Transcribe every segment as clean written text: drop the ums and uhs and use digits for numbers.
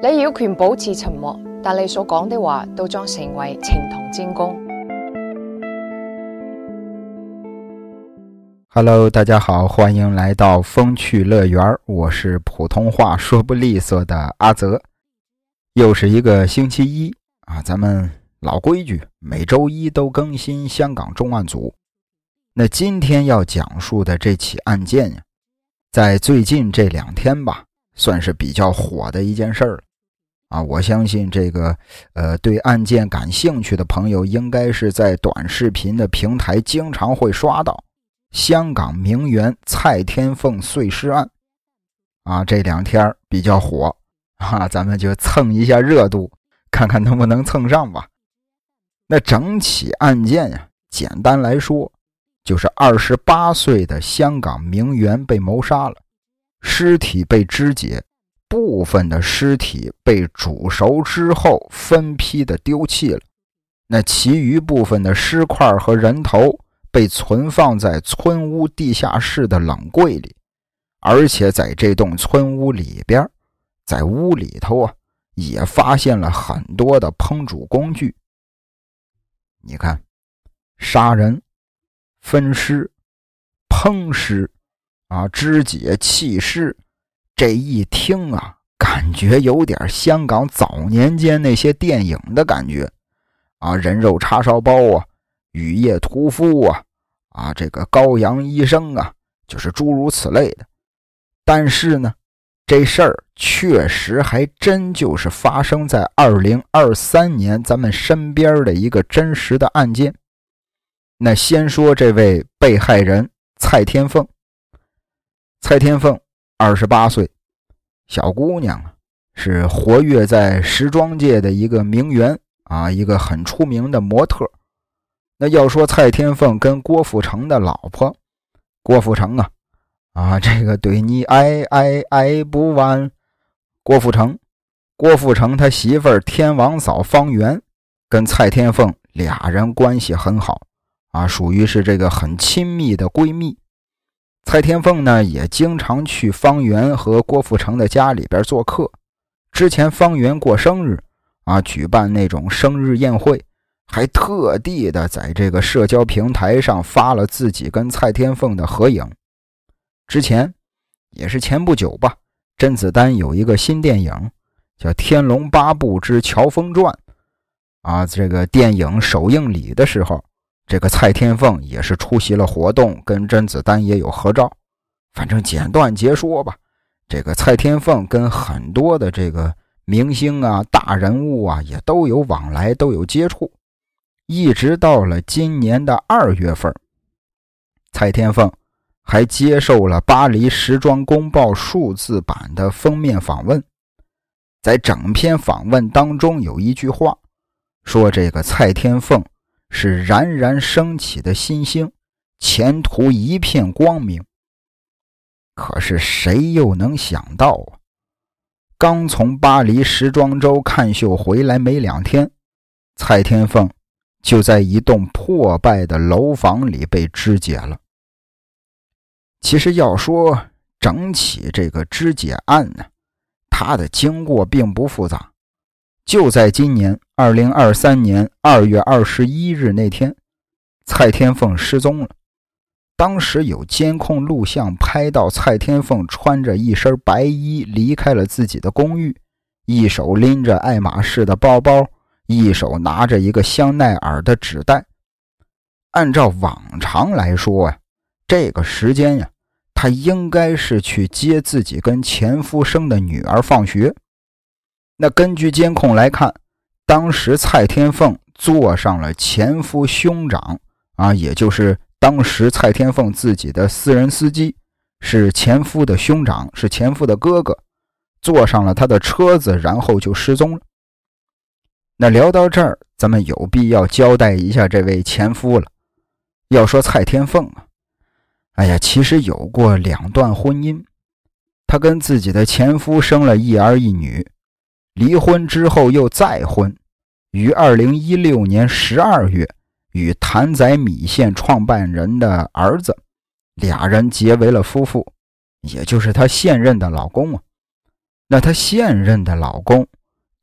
你有權保持沉默，但你所講的話都將成為呈堂證供。 Hello， 大家好，欢迎来到风趣乐园，我是普通话说不利索的阿泽。又是一个星期一啊，咱们老规矩，每周一都更新香港重案组。那今天要讲述的这起案件呀，在最近这2天吧，算是比较火的一件事了啊。我相信这个对案件感兴趣的朋友，应该是在短视频的平台经常会刷到香港名媛蔡天凤碎尸案啊，这2天比较火啊，咱们就蹭一下热度，看看能不能蹭上吧。那整起案件呀，简单来说，就是28岁的香港名媛被谋杀了，尸体被肢解，部分的尸体被煮熟之后分批的丢弃了，那其余部分的尸块和人头被存放在村屋地下室的冷柜里，而且在这栋村屋里边，在屋里头啊，也发现了很多的烹煮工具。你看，杀人、分尸、烹尸啊，肢解、弃尸，这一听啊，感觉有点香港早年间那些电影的感觉啊，人肉叉烧包啊，雨夜屠夫啊，这个羔羊医生啊，就是诸如此类的。但是呢，这事儿确实还真就是发生在2023年咱们身边的一个真实的案件。那先说这位被害人蔡天凤。蔡天凤28岁，小姑娘啊，是活跃在时装界的一个名媛啊，一个很出名的模特。那要说蔡天凤跟郭富城的老婆，郭富城啊，这个对你爱不完。郭富城他媳妇儿天王嫂方圆跟蔡天凤俩人关系很好啊，属于是这个很亲密的闺蜜。蔡天凤呢，也经常去方圆和郭富城的家里边做客。之前方圆过生日啊，举办那种生日宴会，还特地的在这个社交平台上发了自己跟蔡天凤的合影。之前也是前不久吧，甄子丹有一个新电影叫《天龙八部之乔峰传》啊，这个电影首映礼的时候，这个蔡天凤也是出席了活动，跟甄子丹也有合照。反正简短截说吧，这个蔡天凤跟很多的这个明星啊、大人物啊也都有往来，都有接触。一直到了今年的2月份，蔡天凤还接受了巴黎时装公报数字版的封面访问。在整篇访问当中有一句话说，这个蔡天凤是冉冉升起的新星，前途一片光明。可是谁又能想到啊，刚从巴黎时装周看秀回来没2天，蔡天凤就在一栋破败的楼房里被肢解了。其实要说整起这个肢解案呢，它的经过并不复杂。就在今年2023年2月21日那天，蔡天凤失踪了。当时有监控录像拍到蔡天凤穿着一身白衣离开了自己的公寓，一手拎着爱马仕的包包，一手拿着一个香奈儿的纸袋。按照往常来说呀，这个时间呀，她应该是去接自己跟前夫生的女儿放学。那根据监控来看，当时蔡天凤坐上了前夫兄长啊，也就是当时蔡天凤自己的私人司机，是前夫的兄长，是前夫的哥哥，坐上了他的车子，然后就失踪了。那聊到这儿，咱们有必要交代一下这位前夫了。要说蔡天凤啊，哎呀，其实有过2段婚姻，她跟自己的前夫生了一儿一女，离婚之后又再婚，于2016年12月与谭仔米线创办人的儿子俩人结为了夫妇，也就是她现任的老公啊。那她现任的老公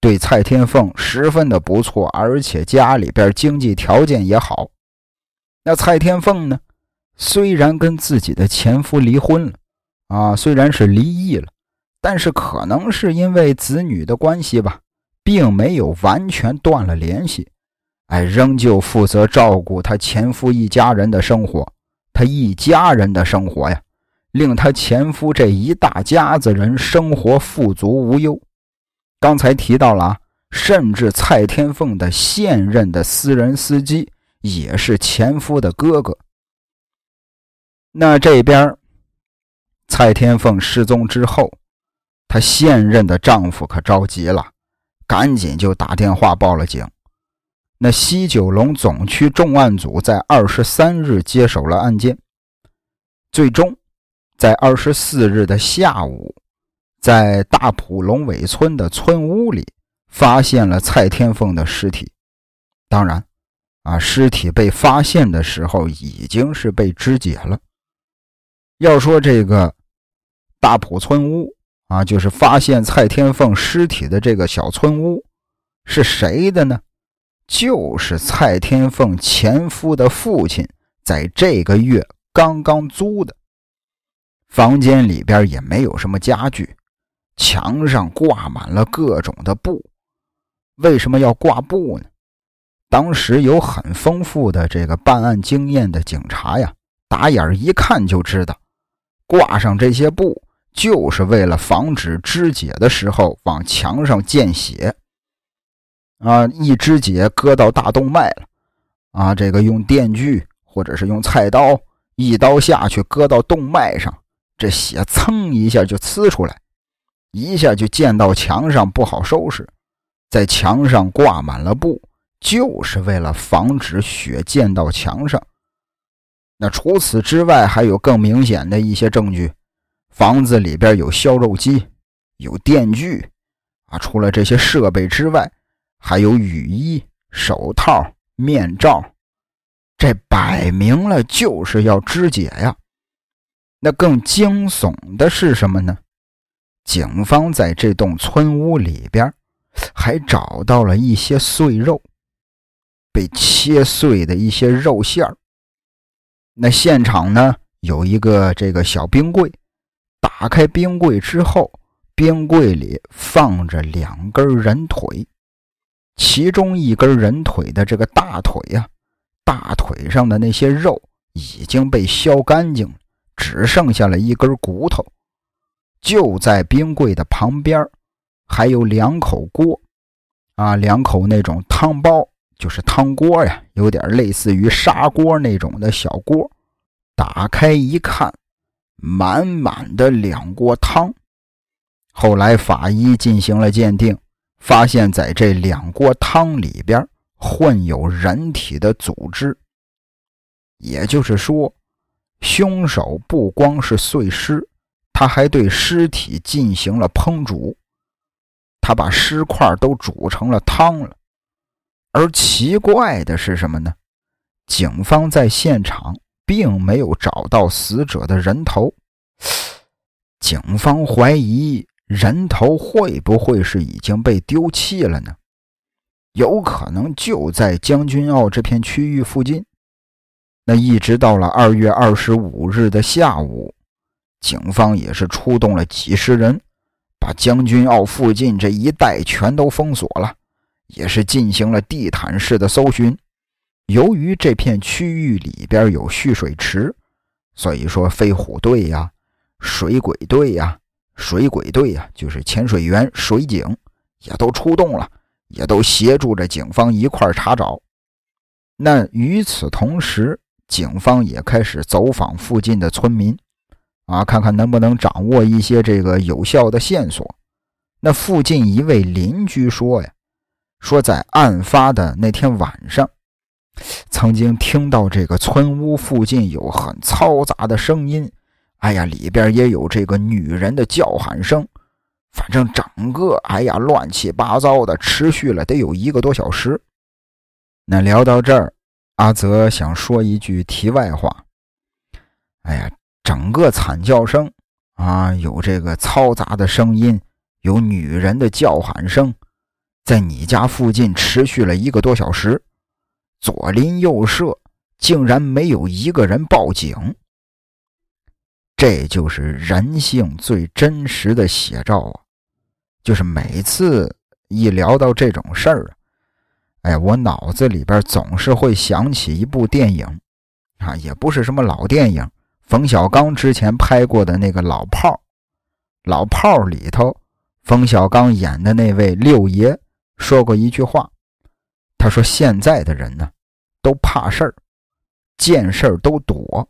对蔡天凤十分的不错，而且家里边经济条件也好。那蔡天凤呢，虽然跟自己的前夫离婚了虽然是离异了，但是可能是因为子女的关系吧，并没有完全断了联系，仍旧负责照顾她前夫一家人的生活。她一家人的生活呀，令她前夫这一大家子人生活富足无忧。刚才提到了甚至蔡天凤的现任的私人司机也是前夫的哥哥。那这边蔡天凤失踪之后，她现任的丈夫可着急了，赶紧就打电话报了警。那西九龙总区重案组在23日接手了案件，最终在24日的下午，在大埔龙尾村的村屋里发现了蔡天凤的尸体。当然尸体被发现的时候已经是被肢解了。要说这个大埔村屋就是发现蔡天凤尸体的这个小村屋是谁的呢？就是蔡天凤前夫的父亲在这个月刚刚租的。房间里边也没有什么家具，墙上挂满了各种的布。为什么要挂布呢？当时有很丰富的这个办案经验的警察呀，打眼一看就知道，挂上这些布就是为了防止肢解的时候往墙上溅血。一肢解割到大动脉了这个用电锯或者是用菜刀一刀下去割到动脉上，这血噌一下就呲出来，一下就溅到墙上，不好收拾。在墙上挂满了布，就是为了防止血溅到墙上。那除此之外还有更明显的一些证据，房子里边有削肉机，有电锯除了这些设备之外，还有雨衣、手套、面罩，这摆明了就是要肢解呀。那更惊悚的是什么呢？警方在这栋村屋里边还找到了一些碎肉，被切碎的一些肉馅儿。那现场呢，有一个这个小冰柜，打开冰柜之后，冰柜里放着2根人腿，其中一根人腿的这个大腿大腿上的那些肉已经被削干净了，只剩下了一根骨头。就在冰柜的旁边还有2口锅2口那种汤包，就是汤锅呀，有点类似于砂锅那种的小锅。打开一看，满满的2锅汤。后来法医进行了鉴定，发现在这2锅汤里边混有人体的组织。也就是说，凶手不光是碎尸，他还对尸体进行了烹煮，他把尸块都煮成了汤了。而奇怪的是什么呢？警方在现场并没有找到死者的人头。警方怀疑人头会不会是已经被丢弃了呢？有可能就在将军澳这片区域附近。那一直到了2月25日的下午，警方也是出动了几十人，把将军澳附近这一带全都封锁了，也是进行了地毯式的搜寻。由于这片区域里边有蓄水池，所以说飞虎队水鬼队水鬼队就是潜水员、水警也都出动了，也都协助着警方一块查找。那与此同时，警方也开始走访附近的村民看看能不能掌握一些这个有效的线索。那附近一位邻居说在案发的那天晚上，曾经听到这个村屋附近有很嘈杂的声音，里边也有这个女人的叫喊声，反正整个乱七八糟的，持续了得有1个多小时。那聊到这儿，阿泽想说一句题外话。整个惨叫声有这个嘈杂的声音，有女人的叫喊声， 在你家附近持续了1个多小时，左邻右舍竟然没有一个人报警。这就是人性最真实的写照啊！就是每次一聊到这种事儿，我脑子里边总是会想起一部电影啊，也不是什么老电影，冯小刚之前拍过的那个老炮里头，冯小刚演的那位六爷说过一句话，他说现在的人呢都怕事儿，见事儿都躲。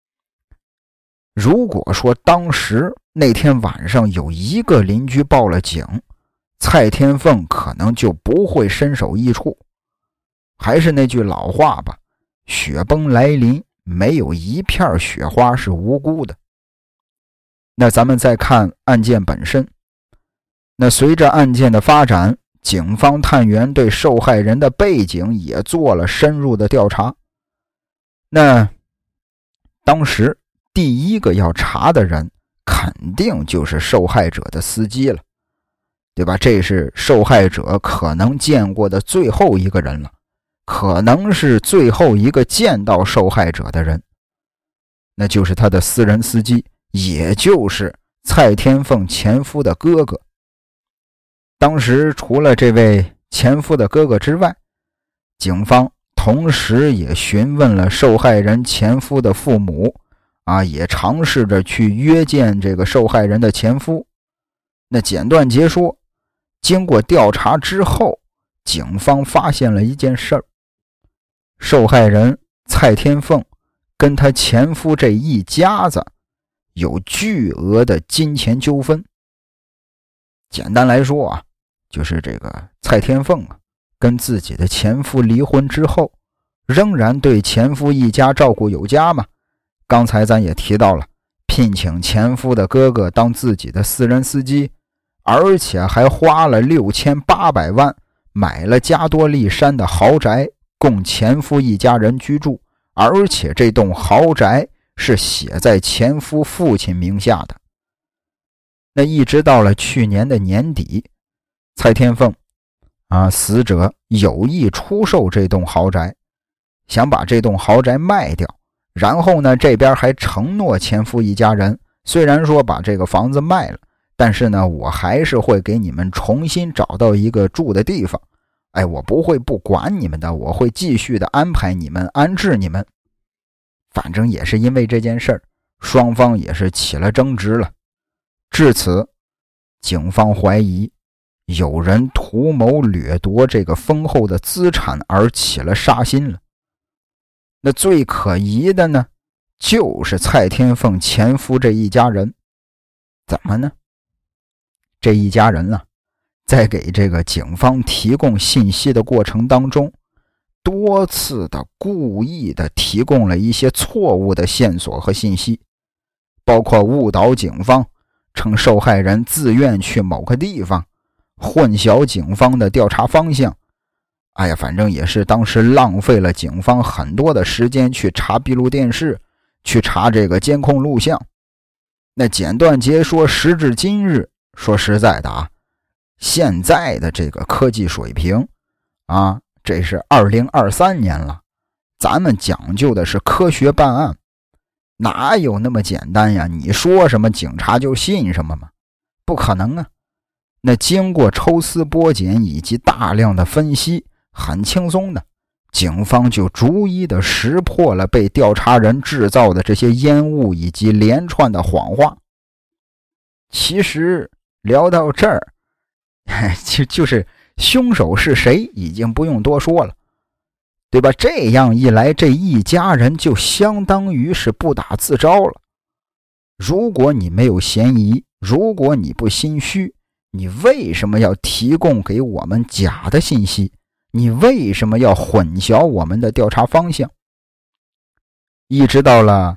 如果说当时那天晚上有一个邻居报了警，蔡天凤可能就不会身首异处。还是那句老话吧，雪崩来临，没有一片雪花是无辜的。那咱们再看案件本身，那随着案件的发展，警方探员对受害人的背景也做了深入的调查。那当时第一个要查的人肯定就是受害者的司机了，对吧？这是受害者可能见过的最后一个人了，可能是最后一个见到受害者的人，那就是他的私人司机，也就是蔡天凤前夫的哥哥。当时除了这位前夫的哥哥之外，警方同时也询问了受害人前夫的父母也尝试着去约见这个受害人的前夫。那简短截说，经过调查之后，警方发现了一件事儿，受害人蔡天凤跟他前夫这一家子有巨额的金钱纠纷。简单来说就是这个蔡天凤跟自己的前夫离婚之后，仍然对前夫一家照顾有加嘛。刚才咱也提到了，聘请前夫的哥哥当自己的私人司机，而且还花了6800万买了加多利山的豪宅供前夫一家人居住，而且这栋豪宅是写在前夫父亲名下的。那一直到了去年的年底，蔡天凤死者有意出售这栋豪宅，想把这栋豪宅卖掉，然后呢这边还承诺前夫一家人，虽然说把这个房子卖了，但是呢我还是会给你们重新找到一个住的地方，我不会不管你们的，我会继续的安排你们，安置你们。反正也是因为这件事儿，双方也是起了争执了。至此，警方怀疑有人图谋掠夺这个丰厚的资产而起了杀心了。那最可疑的呢，就是蔡天凤前夫这一家人。怎么呢？这一家人在给这个警方提供信息的过程当中，多次的故意的提供了一些错误的线索和信息，包括误导警方，称受害人自愿去某个地方，混淆警方的调查方向。反正也是当时浪费了警方很多的时间去查闭路电视，去查这个监控录像。那简短截说，时至今日，说实在的现在的这个科技水平这是2023年了，咱们讲究的是科学办案，哪有那么简单呀？你说什么警察就信什么吗？不可能啊！那经过抽丝剥茧以及大量的分析，很轻松的，警方就逐一的识破了被调查人制造的这些烟雾以及连串的谎话。其实聊到这儿，就是凶手是谁已经不用多说了，对吧？这样一来，这一家人就相当于是不打自招了。如果你没有嫌疑，如果你不心虚，你为什么要提供给我们假的信息？你为什么要混淆我们的调查方向？一直到了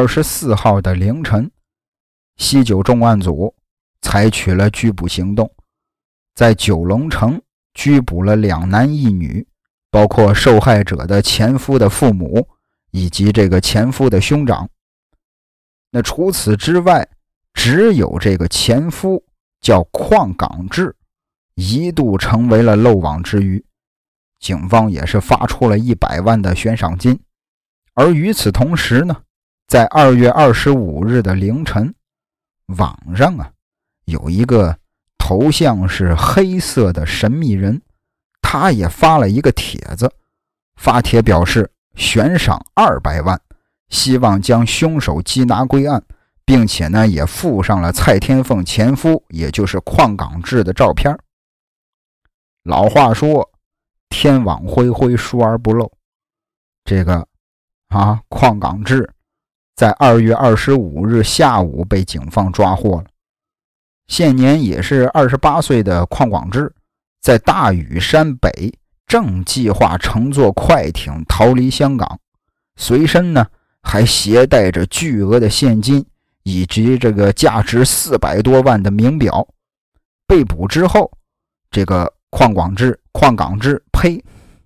24号的凌晨，西九重案组采取了拘捕行动，在九龙城拘捕了2男1女，包括受害者的前夫的父母以及这个前夫的兄长。那除此之外，只有这个前夫叫邝港志一度成为了漏网之鱼，警方也是发出了100万的悬赏金。而与此同时呢，在2月25日的凌晨，网上有一个头像是黑色的神秘人，他也发了一个帖子，发帖表示悬赏200万，希望将凶手缉拿归案，并且呢也附上了蔡天凤前夫也就是邝港志的照片。老话说天网恢恢，疏而不漏，这个邝港志在2月25日下午被警方抓获了。现年也是28岁的邝广志，在大屿山北正计划乘坐快艇逃离香港，随身呢还携带着巨额的现金以及这个价值400多万的名表。被捕之后，这个邝港志呸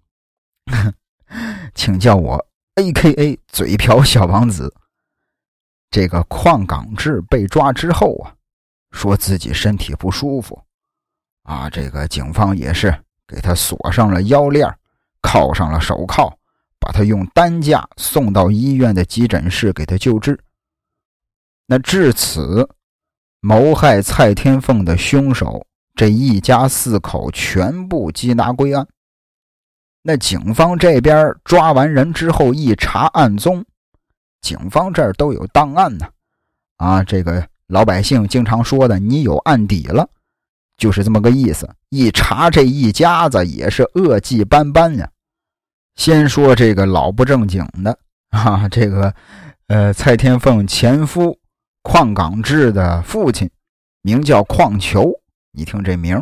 请叫我 AKA 嘴瓢小王子。这个邝港志被抓之后说自己身体不舒服这个警方也是给他锁上了腰链，铐上了手铐，把他用担架送到医院的急诊室给他救治。那至此，谋害蔡天凤的凶手这一家4口全部缉拿归案。那警方这边抓完人之后一查案宗，警方这儿都有档案呢这个老百姓经常说的你有案底了，就是这么个意思。一查这一家子也是恶迹斑斑呀。先说这个老不正经的这个蔡天凤前夫邝港志的父亲名叫邝球，你听这名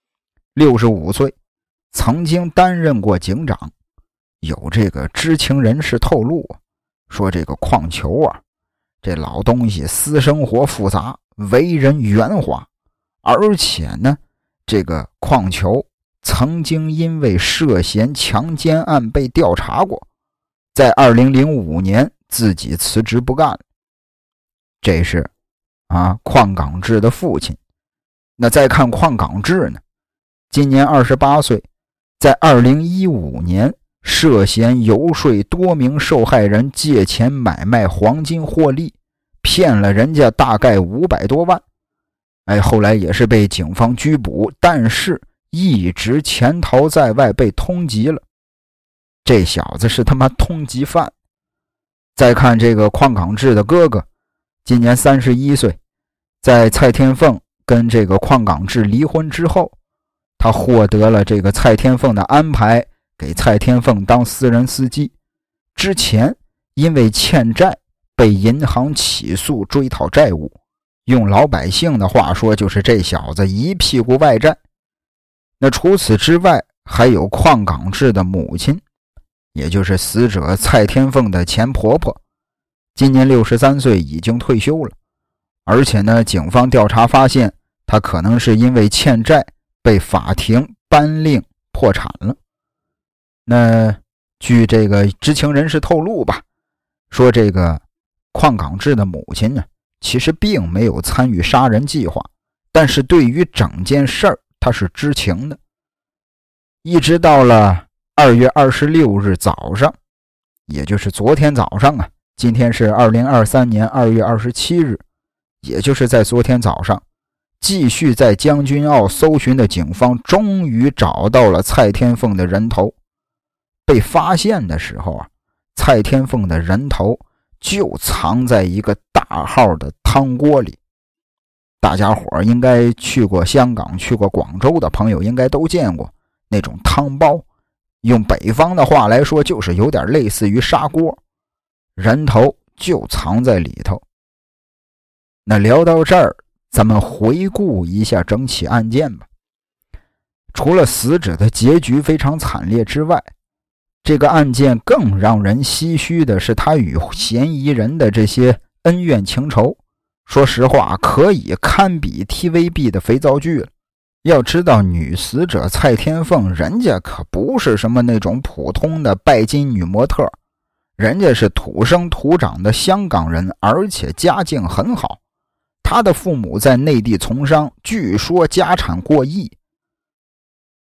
，65岁，曾经担任过警长。有这个知情人士透露说这个邝球这老东西私生活复杂，为人圆滑，而且呢这个邝球曾经因为涉嫌强奸案被调查过，在2005年自己辞职不干了。这是邝港志的父亲。那再看邝港志呢，今年28岁，在2015年涉嫌游说多名受害人借钱买卖黄金获利，骗了人家大概500多万。后来也是被警方拘捕，但是一直潜逃在外，被通缉了。这小子是他妈通缉犯。再看这个邝港志的哥哥，今年31岁，在蔡天凤跟这个邝港志离婚之后，他获得了这个蔡天凤的安排，给蔡天凤当私人司机。之前因为欠债被银行起诉追讨债务，用老百姓的话说就是这小子一屁股外债。那除此之外，还有邝港志的母亲，也就是死者蔡天凤的前婆婆，今年63岁，已经退休了。而且呢，警方调查发现她可能是因为欠债被法庭颁令破产了。那据这个知情人士透露说这个邝港志的母亲呢，其实并没有参与杀人计划，但是对于整件事儿她是知情的。一直到了2月26日早上，也就是昨天早上今天是2023年2月27日，也就是在昨天早上，继续在将军澳搜寻的警方终于找到了蔡天凤的人头。被发现的时候蔡天凤的人头就藏在一个大号的汤锅里。大家伙应该去过香港去过广州的朋友应该都见过那种汤包，用北方的话来说就是有点类似于砂锅，人头就藏在里头。那聊到这儿，咱们回顾一下整起案件吧。除了死者的结局非常惨烈之外，这个案件更让人唏嘘的是他与嫌疑人的这些恩怨情仇，说实话可以堪比 TVB 的肥皂剧了。要知道女死者蔡天凤人家可不是什么那种普通的拜金女模特，人家是土生土长的香港人，而且家境很好。她的父母在内地从商，据说家产过亿。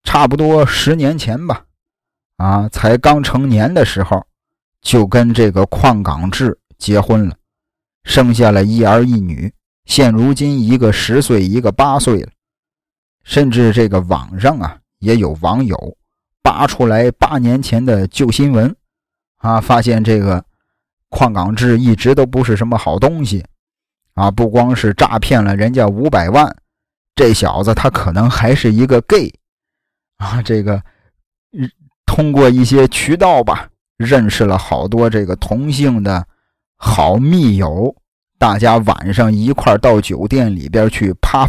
差不多10年前吧，才刚成年的时候，就跟这个邝港志结婚了，生下了一儿一女，现如今一个10岁，一个8岁了。甚至这个网上也有网友扒出来8年前的旧新闻发现这个邝港志一直都不是什么好东西不光是诈骗了人家500万，这小子他可能还是一个 gay 这个通过一些渠道吧，认识了好多这个同性的好密友，大家晚上一块到酒店里边去啪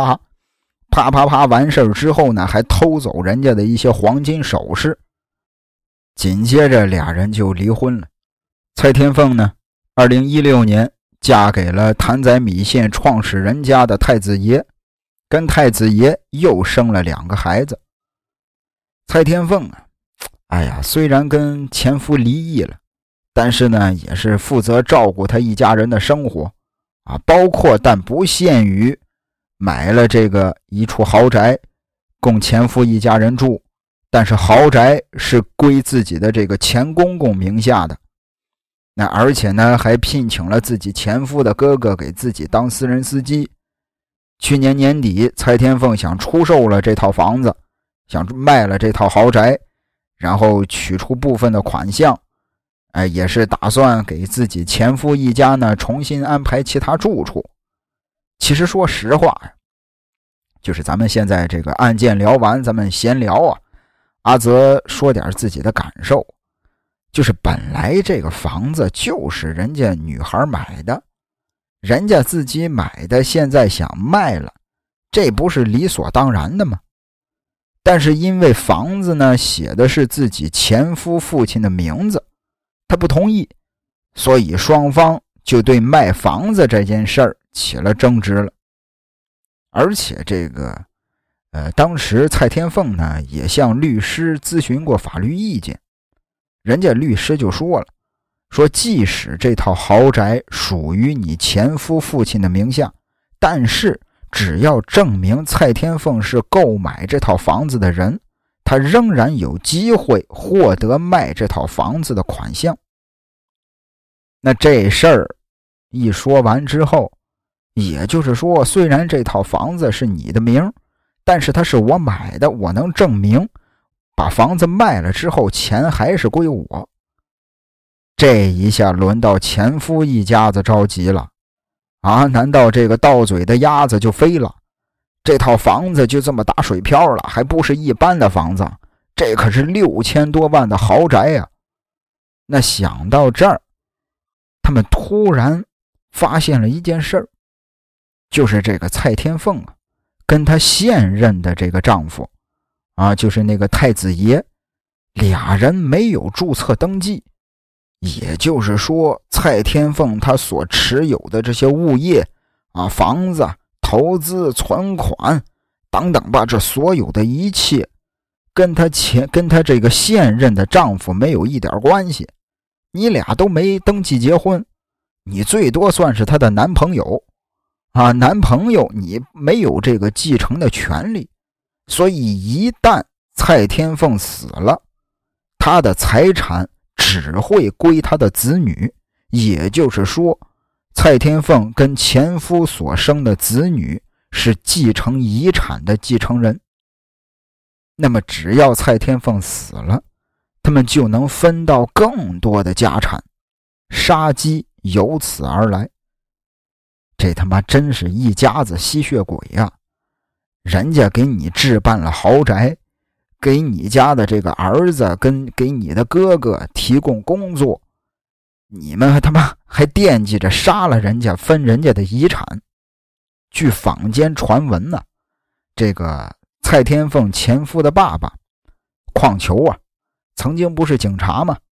完事之后呢，还偷走人家的一些黄金首饰。紧接着俩人就离婚了。蔡天凤呢2016年嫁给了谭仔米线创始人家的太子爷，跟太子爷又生了2个孩子。蔡天凤虽然跟前夫离异了，但是呢也是负责照顾他一家人的生活包括但不限于买了这个一处豪宅供前夫一家人住，但是豪宅是归自己的这个前公公名下的。那而且呢还聘请了自己前夫的哥哥给自己当私人司机。去年年底，蔡天凤想出售了这套房子，想卖了这套豪宅，然后取出部分的款项，也是打算给自己前夫一家呢重新安排其他住处。其实说实话就是咱们现在这个案件聊完，咱们闲聊阿泽说点自己的感受。就是本来这个房子就是人家女孩买的，人家自己买的，现在想卖了，这不是理所当然的吗？但是因为房子呢写的是自己前夫父亲的名字，他不同意，所以双方就对卖房子这件事儿起了争执了。而且这个当时蔡天凤呢也向律师咨询过法律意见，人家律师就说了，说即使这套豪宅属于你前夫父亲的名下，但是只要证明蔡天凤是购买这套房子的人，他仍然有机会获得卖这套房子的款项。那这事儿一说完之后，也就是说虽然这套房子是你的名，但是它是我买的，我能证明把房子卖了之后钱还是归我。这一下轮到前夫一家子着急了难道这个到嘴的鸭子就飞了？这套房子就这么打水漂了，还不是一般的房子，这可是6000多万的豪宅呀。那想到这儿，他们突然发现了一件事儿，就是这个蔡天凤跟她现任的这个丈夫就是那个太子爷，俩人没有注册登记。也就是说，蔡天凤她所持有的这些物业房子、投资、存款等等吧，这所有的一切跟她这个现任的丈夫没有一点关系。你俩都没登记结婚，你最多算是她的男朋友男朋友你没有这个继承的权利。所以一旦蔡天凤死了，她的财产只会归她的子女，也就是说蔡天凤跟前夫所生的子女是继承遗产的继承人。那么只要蔡天凤死了，他们就能分到更多的家产，杀机由此而来。这他妈真是一家子吸血鬼人家给你置办了豪宅，给你家的这个儿子给你的哥哥提供工作，你们他妈还惦记着杀了人家分人家的遗产。据坊间传闻这个蔡天凤前夫的爸爸邝球曾经不是警察吗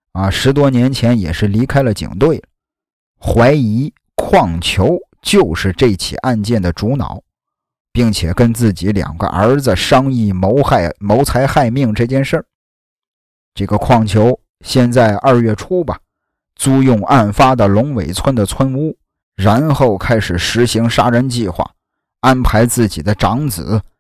10多年前也是离开了警队，怀疑邝球就是这起案件的主脑，并且跟自己2个儿子商议谋财害命这件事儿。这个邝球现在2月初吧，租用案发的龙尾村的村屋，然后开始实行杀人计划，安排自己的长子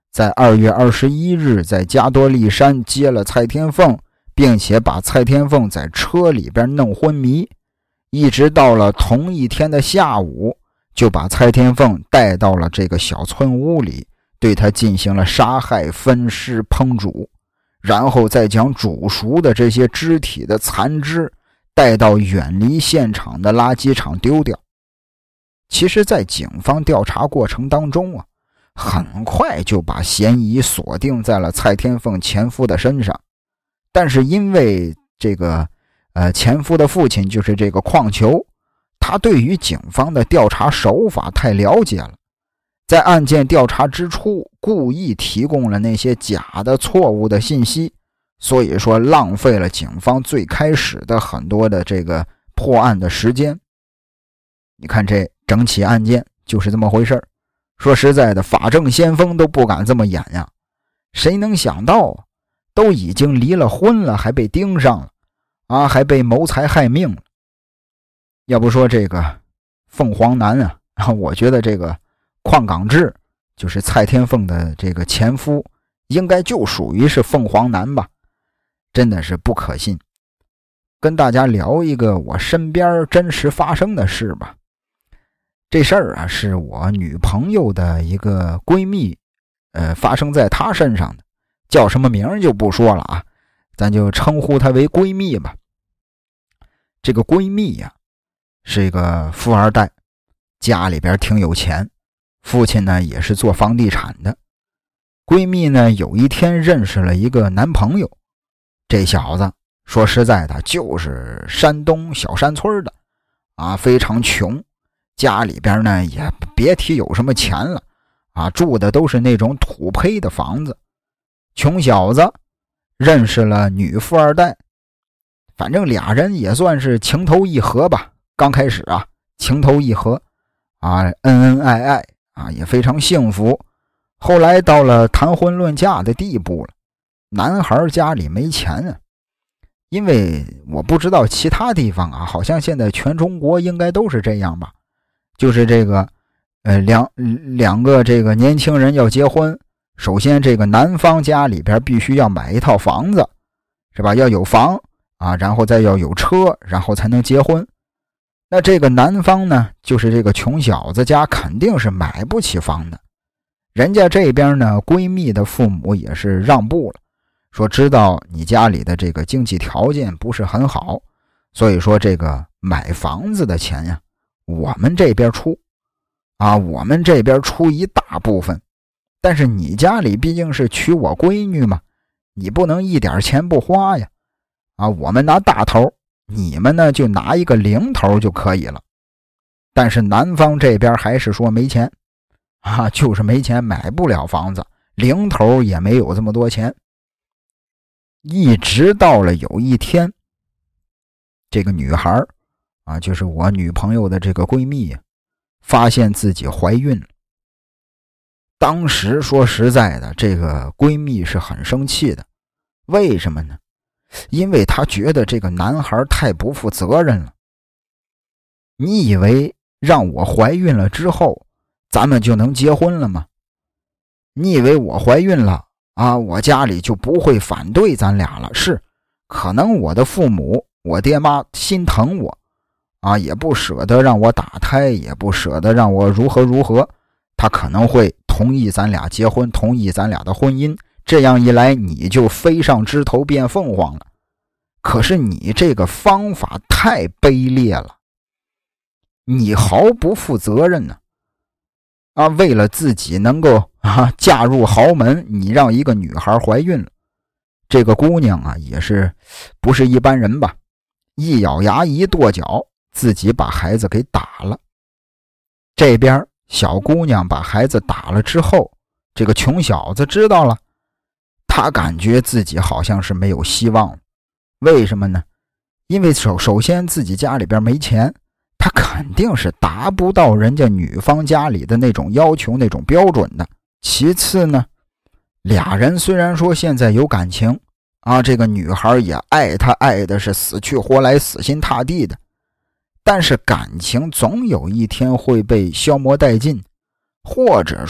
在2月21日在加多利山接了蔡天凤，并且把蔡天凤在车里边弄昏迷，一直到了同一天的下午，就把蔡天凤带到了这个小村屋里，对她进行了杀害、分尸、烹煮，然后再将煮熟的这些肢体的残肢带到远离现场的垃圾场丢掉。其实在警方调查过程当中啊，很快就把嫌疑锁定在了蔡天凤前夫的身上。但是因为这个前夫的父亲就是这个邝球，他对于警方的调查手法太了解了，在案件调查之初故意提供了那些假的错误的信息，所以说浪费了警方最开始的很多的这个破案的时间。你看这整起案件就是这么回事。说实在的，法证先锋都不敢这么演呀，谁能想到啊，都已经离了婚了还被盯上了啊，还被谋财害命了。要不说这个凤凰男啊，我觉得这个邝港志就是蔡天凤的这个前夫，应该就属于是凤凰男吧，真的是不可信。跟大家聊一个我身边真实发生的事吧。这事儿啊，是我女朋友的一个闺蜜，发生在她身上的，叫什么名就不说了啊，咱就称呼她为闺蜜吧。这个闺蜜呀，是一个富二代，家里边挺有钱，父亲呢也是做房地产的。闺蜜呢有一天认识了一个男朋友，这小子说实在的就是山东小山村的啊，非常穷，家里边呢也别提有什么钱了啊，住的都是那种土坯的房子。穷小子认识了女富二代，反正俩人也算是情投意合吧。刚开始啊，情投意合啊，恩恩爱爱啊，也非常幸福。后来到了谈婚论嫁的地步了，男孩家里没钱啊，因为我不知道其他地方啊，好像现在全中国应该都是这样吧。就是这个两个这个年轻人要结婚，首先这个男方家里边必须要买一套房子，是吧？要有房啊，然后再要有车，然后才能结婚。那这个男方呢，就是这个穷小子家肯定是买不起房的。人家这边呢，闺蜜的父母也是让步了，说知道你家里的这个经济条件不是很好，所以说这个买房子的钱呀，我们这边出啊，我们这边出一大部分。但是你家里毕竟是娶我闺女嘛，你不能一点钱不花呀。啊，我们拿大头，你们呢就拿一个零头就可以了。但是男方这边还是说没钱啊，就是没钱，买不了房子，零头也没有这么多钱。一直到了有一天，这个女孩啊，就是我女朋友的这个闺蜜，发现自己怀孕了。当时说实在的，这个闺蜜是很生气的。为什么呢？因为她觉得这个男孩太不负责任了。你以为让我怀孕了之后咱们就能结婚了吗？你以为我怀孕了啊，我家里就不会反对咱俩了？是，可能我的父母，我爹妈心疼我啊，也不舍得让我打胎，也不舍得让我如何如何，他可能会同意咱俩结婚，同意咱俩的婚姻，这样一来你就飞上枝头变凤凰了。可是你这个方法太卑劣了，你毫不负责任呢。啊，为了自己能够嫁入豪门，你让一个女孩怀孕了。这个姑娘啊，也是不是一般人吧，一咬牙一跺脚，自己把孩子给打了。这边小姑娘把孩子打了之后，这个穷小子知道了，他感觉自己好像是没有希望了。为什么呢？因为首先自己家里边没钱，他肯定是达不到人家女方家里的那种要求，那种标准的。其次呢，俩人虽然说现在有感情啊，这个女孩也爱他，爱的是死去活来，死心塌地的，但是感情总有一天会被消磨殆尽，或者说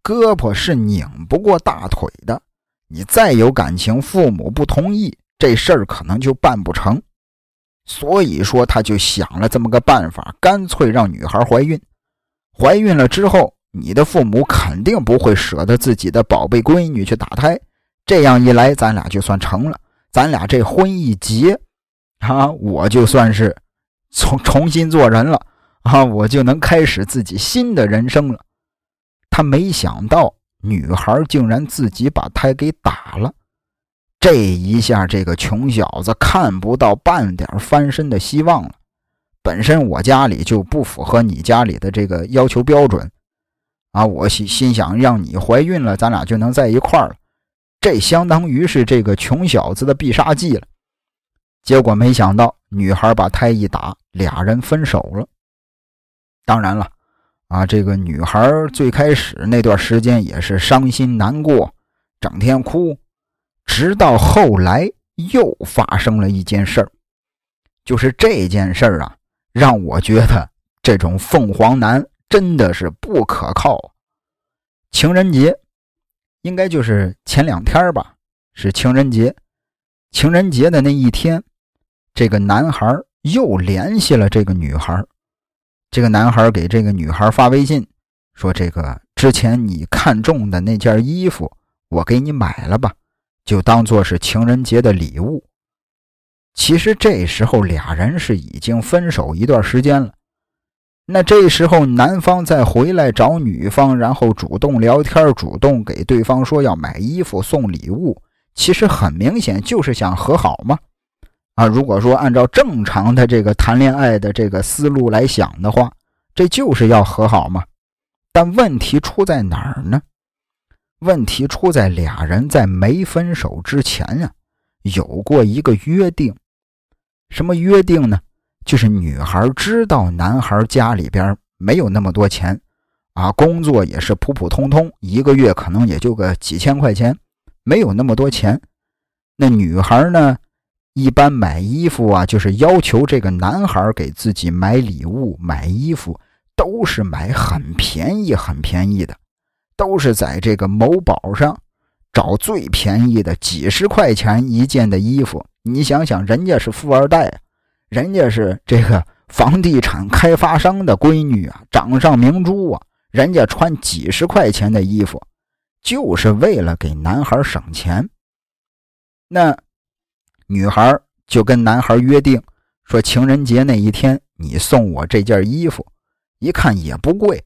胳膊是拧不过大腿的，你再有感情，父母不同意，这事儿可能就办不成。所以说他就想了这么个办法，干脆让女孩怀孕。怀孕了之后，你的父母肯定不会舍得自己的宝贝闺女去打胎，这样一来咱俩就算成了，咱俩这婚一结我就算是重新做人了我就能开始自己新的人生了。他没想到女孩竟然自己把胎给打了，这一下这个穷小子看不到半点翻身的希望了。本身我家里就不符合你家里的这个要求标准我心想让你怀孕了，咱俩就能在一块儿了，这相当于是这个穷小子的必杀技了。结果没想到女孩把胎一打，俩人分手了。当然了这个女孩最开始那段时间也是伤心难过，整天哭，直到后来又发生了一件事儿。就是这件事儿让我觉得这种凤凰男真的是不可靠。情人节应该就是前2天吧，是情人节。情人节的那一天，这个男孩又联系了这个女孩。这个男孩给这个女孩发微信说，这个之前你看中的那件衣服我给你买了吧，就当作是情人节的礼物。其实这时候俩人是已经分手一段时间了。那这时候男方再回来找女方，然后主动聊天，主动给对方说要买衣服送礼物，其实很明显就是想和好嘛。如果说按照正常的这个谈恋爱的这个思路来想的话，这就是要和好嘛。但问题出在哪儿呢？问题出在俩人在没分手之前有过一个约定。什么约定呢？就是女孩知道男孩家里边没有那么多钱工作也是普普通通，一个月可能也就个几千块钱，没有那么多钱。那女孩呢，一般买衣服就是要求这个男孩给自己买礼物买衣服，都是买很便宜很便宜的，都是在这个某宝上找最便宜的几十块钱一件的衣服。你想想，人家是富二代，人家是这个房地产开发商的闺女掌上明珠人家穿几十块钱的衣服，就是为了给男孩省钱。那女孩就跟男孩约定说，情人节那一天你送我这件衣服，一看也不贵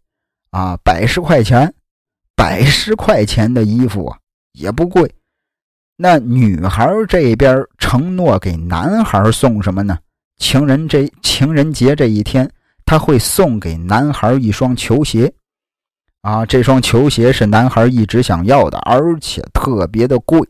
100块钱，100块钱的衣服也不贵。那女孩这边承诺给男孩送什么呢？情人节这一天，她会送给男孩一双球鞋这双球鞋是男孩一直想要的，而且特别的贵，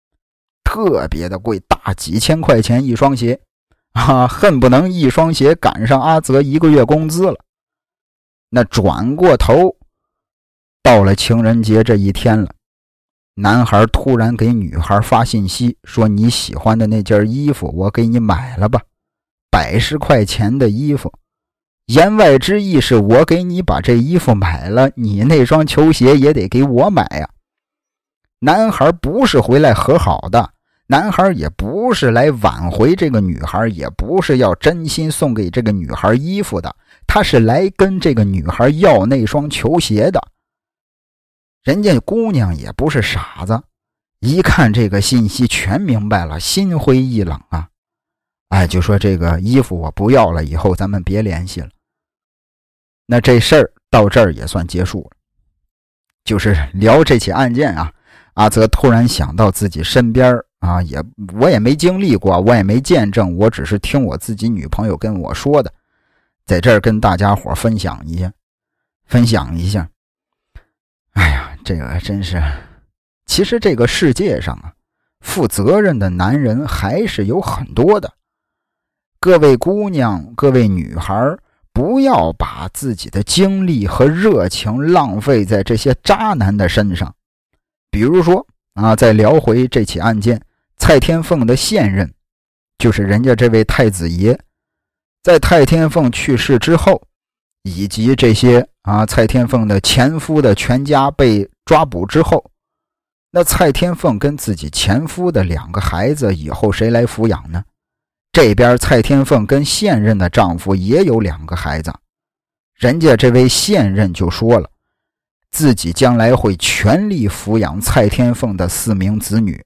大几千块钱一双鞋恨不能一双鞋赶上阿泽1个月工资了。那转过头到了情人节这一天了，男孩突然给女孩发信息说，你喜欢的那件衣服我给你买了吧，100块钱的衣服。言外之意是我给你把这衣服买了，你那双球鞋也得给我买男孩不是回来和好的，男孩也不是来挽回这个女孩，也不是要真心送给这个女孩衣服的，他是来跟这个女孩要那双球鞋的。人家姑娘也不是傻子，一看这个信息全明白了，心灰意冷就说这个衣服我不要了，以后咱们别联系了。那这事儿到这儿也算结束了。就是聊这起案件阿泽突然想到自己身边我也没经历过，我也没见证，我只是听我自己女朋友跟我说的，在这儿跟大家伙分享一下。哎呀，这个真是，其实这个世界上负责任的男人还是有很多的。各位姑娘，各位女孩，不要把自己的精力和热情浪费在这些渣男的身上。比如说再聊回这起案件，蔡天凤的现任就是人家这位太子爷，在蔡天凤去世之后，以及这些蔡天凤的前夫的全家被抓捕之后，那蔡天凤跟自己前夫的2个孩子以后谁来抚养呢？这边蔡天凤跟现任的丈夫也有2个孩子，人家这位现任就说了，自己将来会全力抚养蔡天凤的4名子女。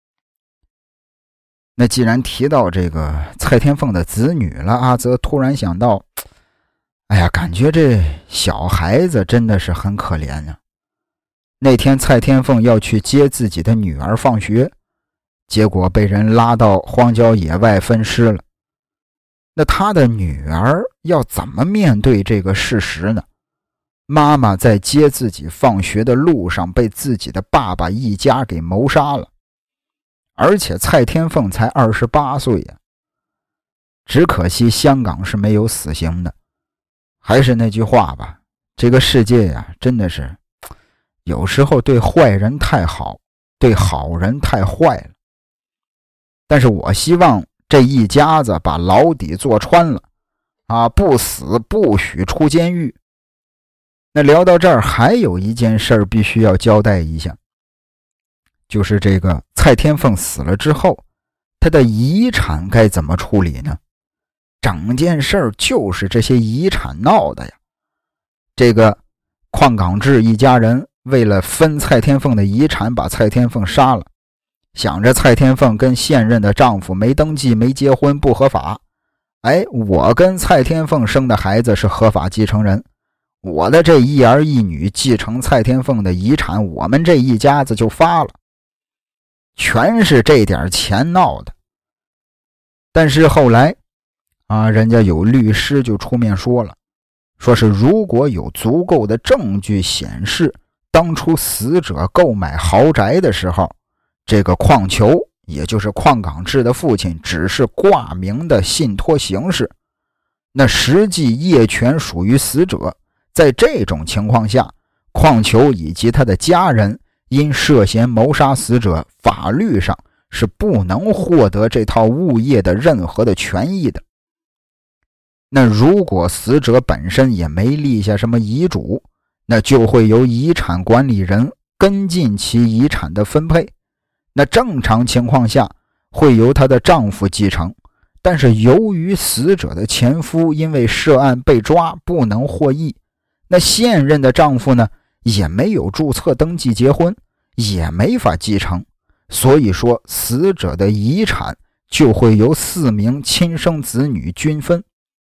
那既然提到这个蔡天凤的子女了，阿泽突然想到，哎呀，感觉这小孩子真的是很可怜啊。那天蔡天凤要去接自己的女儿放学，结果被人拉到荒郊野外分尸了。那他的女儿要怎么面对这个事实呢？妈妈在接自己放学的路上被自己的爸爸一家给谋杀了，而且蔡天凤才28岁呀。只可惜香港是没有死刑的。还是那句话吧，这个世界呀，真的是有时候对坏人太好，对好人太坏了。但是我希望这一家子把牢底坐穿了啊，不死不许出监狱。那聊到这儿，还有一件事儿必须要交代一下，就是这个蔡天凤死了之后，他的遗产该怎么处理呢？整件事儿就是这些遗产闹的呀。这个邝港志一家人为了分蔡天凤的遗产，把蔡天凤杀了，想着蔡天凤跟现任的丈夫没登记没结婚不合法，我跟蔡天凤生的孩子是合法继承人，我的这一儿一女继承蔡天凤的遗产，我们这一家子就发了。全是这点钱闹的。但是后来人家有律师就出面说了，说是如果有足够的证据显示当初死者购买豪宅的时候，这个邝球也就是邝港志的父亲只是挂名的信托形式，那实际业权属于死者。在这种情况下，邝球以及他的家人因涉嫌谋杀死者，法律上是不能获得这套物业的任何的权益的。那如果死者本身也没立下什么遗嘱，那就会由遗产管理人跟进其遗产的分配。那正常情况下会由她的丈夫继承，但是由于死者的前夫因为涉案被抓不能获益，那现任的丈夫呢也没有注册登记结婚，也没法继承，所以说死者的遗产就会由4名亲生子女均分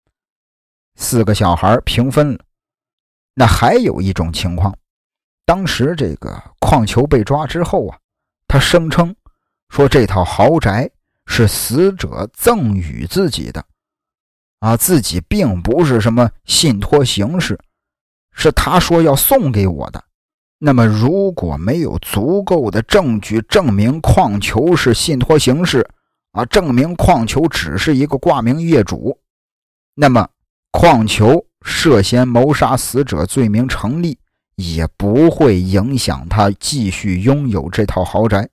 ，4个小孩平分了。那还有一种情况，当时这个邝球被抓之后他声称说这套豪宅是死者赠与自己的自己并不是什么信托形式，是他说要送给我的。那么如果没有足够的证据证明邝球是信托形式证明邝球只是一个挂名业主，那么邝球涉嫌谋杀死者罪名成立，也不会影响他继续拥有这套豪宅。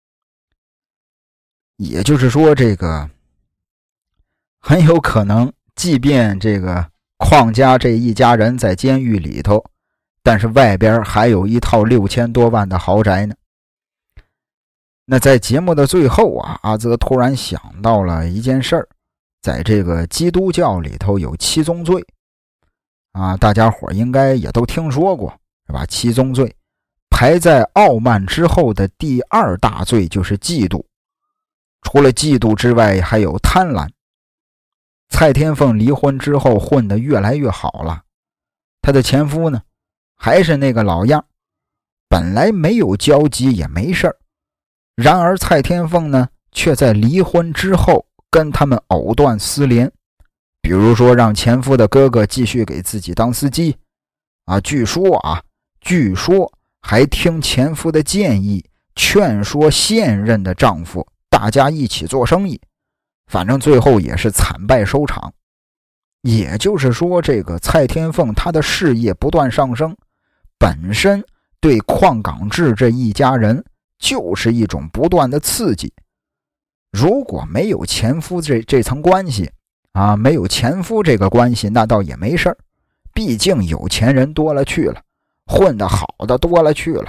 也就是说，这个很有可能即便这个邝家这一家人在监狱里头，但是外边还有一套6000多万的豪宅呢。那在节目的最后阿泽突然想到了一件事儿，在这个基督教里头有七宗罪大家伙应该也都听说过，是吧？七宗罪排在傲慢之后的第2大罪就是嫉妒，除了嫉妒之外还有贪婪。蔡天凤离婚之后混得越来越好了，她的前夫呢还是那个老样，本来没有交集也没事儿，然而蔡天凤呢却在离婚之后跟他们藕断丝连，比如说让前夫的哥哥继续给自己当司机据说还听前夫的建议，劝说现任的丈夫大家一起做生意，反正最后也是惨败收场。也就是说，这个蔡天凤她的事业不断上升，本身对邝港志这一家人就是一种不断的刺激。如果没有前夫这层关系没有前夫这个关系，那倒也没事儿，毕竟有钱人多了去了，混得好的多了去了，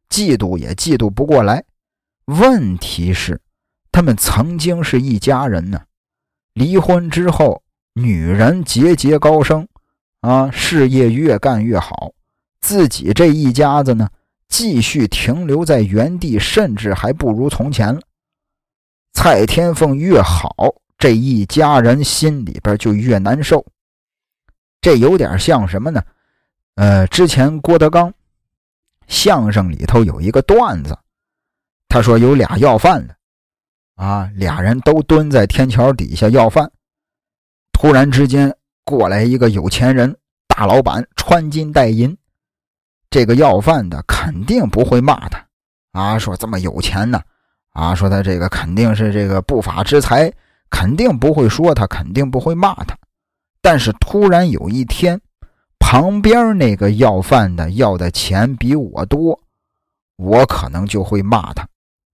嫉妒也嫉妒不过来。问题是他们曾经是一家人呢，离婚之后女人节节高升事业越干越好，自己这一家子呢继续停留在原地，甚至还不如从前了。蔡天凤越好，这一家人心里边就越难受。这有点像什么呢？之前郭德纲相声里头有一个段子，他说有俩要饭的俩人都蹲在天桥底下要饭，突然之间过来一个有钱人大老板，穿金戴银，这个要饭的肯定不会骂他说这么有钱呢说他这个肯定是这个不法之财，肯定不会说他，肯定不会骂他。但是突然有一天，旁边那个要饭的要的钱比我多，我可能就会骂他。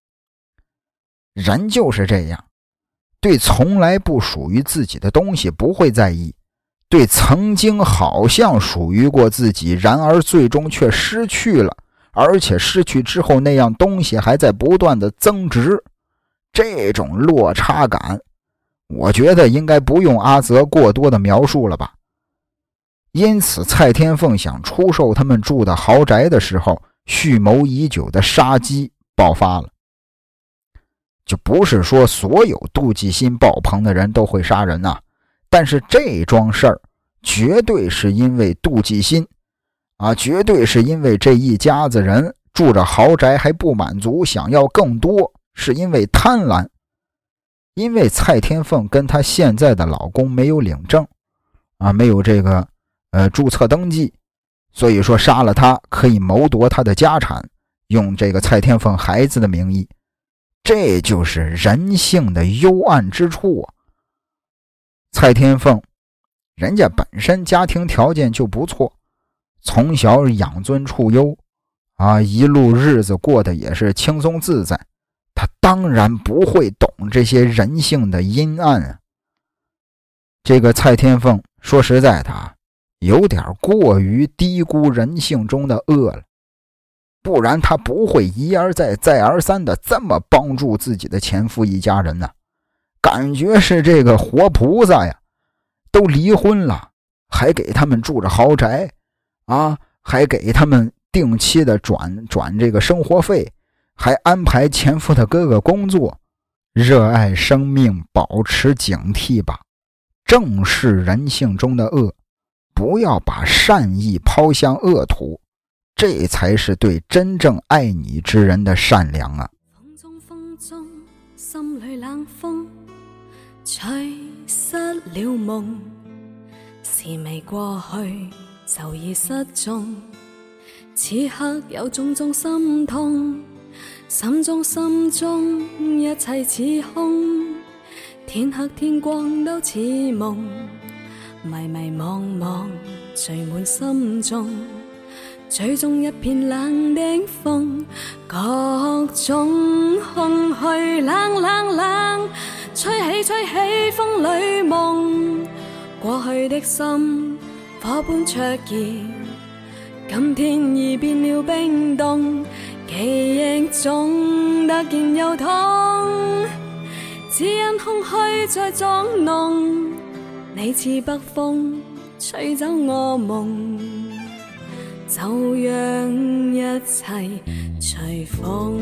人就是这样，对从来不属于自己的东西不会在意，对曾经好像属于过自己，然而最终却失去了，而且失去之后那样东西还在不断的增值，这种落差感我觉得应该不用阿泽过多的描述了吧。因此蔡天凤想出售他们住的豪宅的时候，蓄谋已久的杀机爆发了。就不是说所有妒忌心爆棚的人都会杀人但是这桩事儿绝对是因为妒忌心绝对是因为这一家子人住着豪宅还不满足，想要更多，是因为贪婪。因为蔡天凤跟她现在的老公没有领证没有这个注册登记，所以说杀了他可以谋夺他的家产，用这个蔡天凤孩子的名义，这就是人性的幽暗之处蔡天凤人家本身家庭条件就不错，从小养尊处优一路日子过得也是轻松自在，他当然不会懂这些人性的阴暗这个蔡天凤说实在的有点过于低估人性中的恶了，不然他不会一而再再而三的这么帮助自己的前夫一家人感觉是这个活菩萨呀，都离婚了还给他们住着豪宅还给他们定期的转这个生活费，还安排前夫的哥哥工作。热爱生命，保持警惕吧，正视人性中的恶，不要把善意抛向恶土，这才是对真正爱你之人的善良风中心里冷風吹失了夢，時未過去就已失蹤，此刻有種種心痛，心中一切似空，天黑天光都似夢，迷迷惘惘聚滿心中，最終一片冷的風，各種空虛冷，吹起風裏夢，過去的心火般灼熱，今天已變了冰凍，記憶中突然又痛，只因空虛在作弄，你似北風吹走我夢，就讓一切隨風。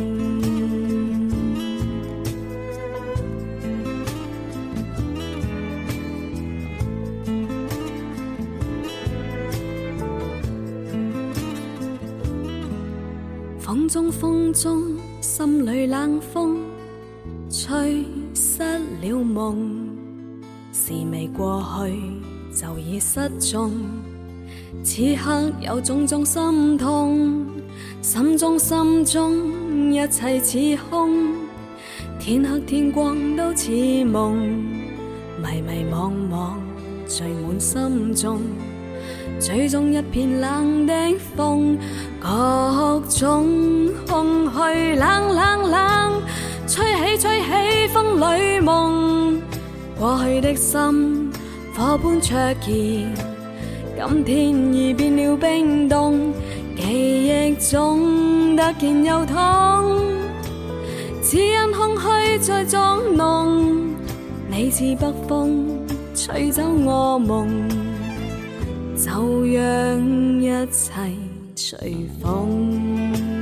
風中心裏冷風吹失了夢，時未過去就已失蹤，此刻有種種心痛，心中一切似空，天黑天光都似夢，迷迷惘惘聚滿心中，最終一片冷的風，各種空虛冷，吹起風裏夢，過去的心火般灼熱，今天已變了冰凍， 記憶中突然又痛，只因空虛在作弄，你似北風吹走我夢，就讓一切隨風。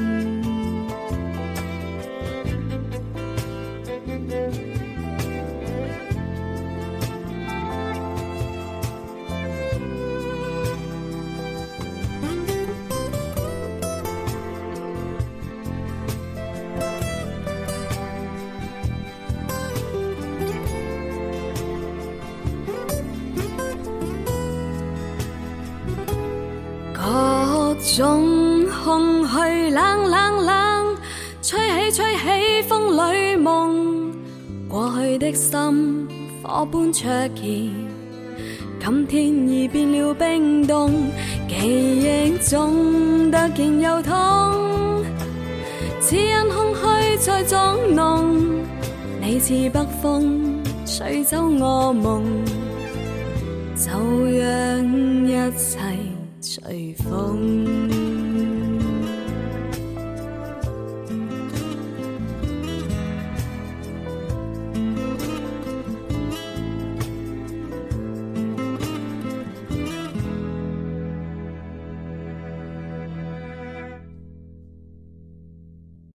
各種空虛冷冷冷，吹起吹起風裏夢，過去的心火般灼熱，今天已變了冰凍，記憶中突然又痛，只因空虛在作弄，你似北風吹走我夢，就讓一切隨風。